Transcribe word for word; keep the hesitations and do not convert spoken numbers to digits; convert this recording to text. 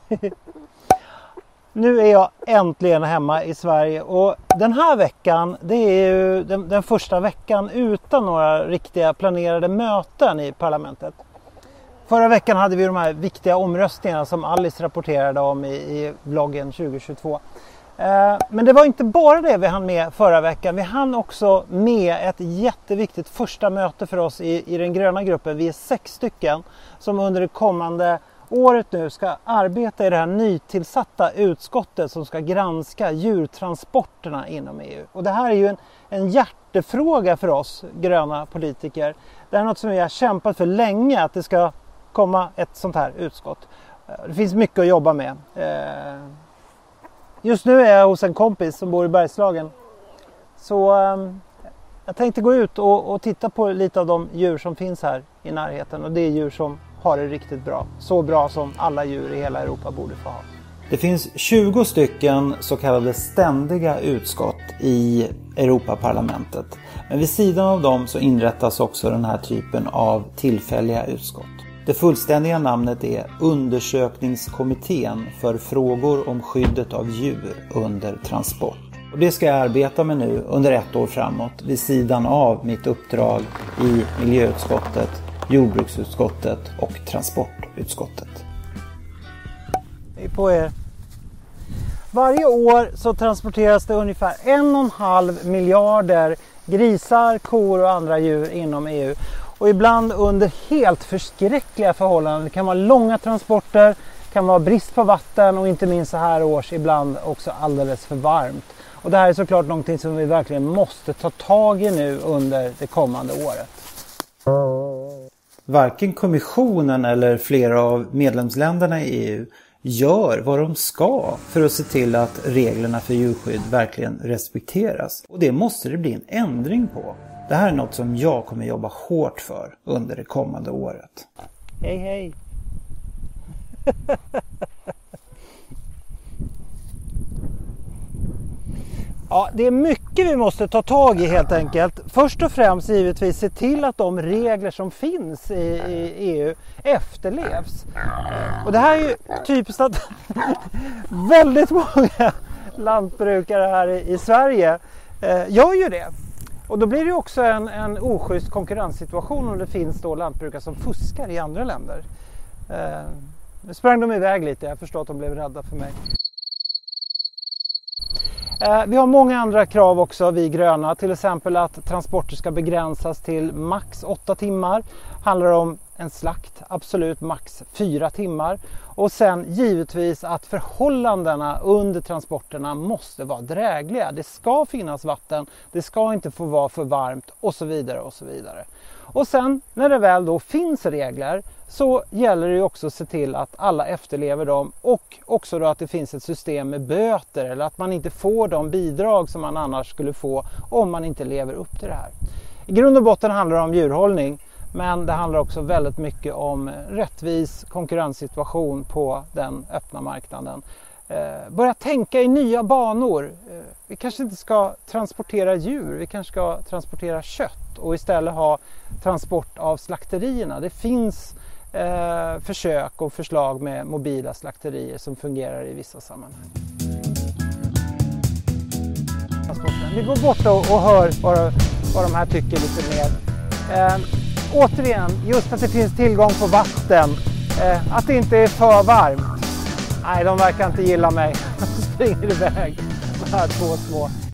Nu är jag äntligen hemma i Sverige och den här veckan, det är ju den, den första veckan utan några riktiga planerade möten i parlamentet. Förra veckan hade vi de här viktiga omröstningarna som Alice rapporterade om i, i vloggen tjugohundratjugotvå. Eh, men det var inte bara det vi hann med förra veckan. Vi hann också med ett jätteviktigt första möte för oss i, i den gröna gruppen. Vi är sex stycken som under det kommande året nu ska arbeta i det här nytillsatta utskottet som ska granska djurtransporterna inom E U. Och det här är ju en, en hjärtefråga för oss gröna politiker. Det är något som vi har kämpat för länge, att det ska komma ett sånt här utskott. Det finns mycket att jobba med. Just nu är jag hos en kompis som bor i Bergslagen. Så jag tänkte gå ut och, och titta på lite av de djur som finns här i närheten. Och det är djur som har det riktigt bra. Så bra som alla djur i hela Europa borde få ha. Det finns tjugo stycken så kallade ständiga utskott i Europaparlamentet. Men vid sidan av dem så inrättas också den här typen av tillfälliga utskott. Det fullständiga namnet är Undersökningskommittén för frågor om skyddet av djur under transport. Och det ska jag arbeta med nu under ett år framåt vid sidan av mitt uppdrag i miljöutskottet, jordbruksutskottet och transportutskottet. Hej på er! Varje år så transporteras det ungefär en och en halv miljarder grisar, kor och andra djur inom E U. Och ibland under helt förskräckliga förhållanden. Det kan vara långa transporter, det kan vara brist på vatten och inte minst så här års ibland också alldeles för varmt. Och det här är såklart någonting som vi verkligen måste ta tag i nu under det kommande året. Varken kommissionen eller flera av medlemsländerna i E U gör vad de ska för att se till att reglerna för djurskydd verkligen respekteras. Och det måste det bli en ändring på. Det här är något som jag kommer jobba hårt för under det kommande året. Hej hej! Ja, det är mycket vi måste ta tag i helt enkelt. Först och främst givetvis se till att de regler som finns i, i E U efterlevs. Och det här är ju typiskt att väldigt många lantbrukare här i, i Sverige eh, gör ju det. Och då blir det också en, en oschysst konkurrenssituation om det finns då lantbrukare som fuskar i andra länder. Eh, nu sprang de iväg lite, jag förstår att de blev rädda för mig. Eh, vi har många andra krav också, vi gröna. Till exempel att transporter ska begränsas till max åtta timmar. Handlar om en slakt, absolut max fyra timmar. Och sen givetvis att förhållandena under transporterna måste vara drägliga. Det ska finnas vatten, det ska inte få vara för varmt och så vidare och så vidare. Och sen när det väl då finns regler så gäller det ju också att se till att alla efterlever dem och också då att det finns ett system med böter eller att man inte får de bidrag som man annars skulle få om man inte lever upp till det här. I grund och botten handlar det om djurhållning. Men det handlar också väldigt mycket om rättvis konkurrenssituation på den öppna marknaden. Eh, börja tänka i nya banor. Eh, vi kanske inte ska transportera djur, vi kanske ska transportera kött och istället ha transport av slakterierna. Det finns eh, försök och förslag med mobila slakterier som fungerar i vissa sammanhang. Vi går bort och, och hör vad, vad de här tycker lite mer. Eh, Återigen, just att det finns tillgång på vatten, eh, att det inte är för varmt. Nej, de verkar inte gilla mig. De springer iväg, de här två små.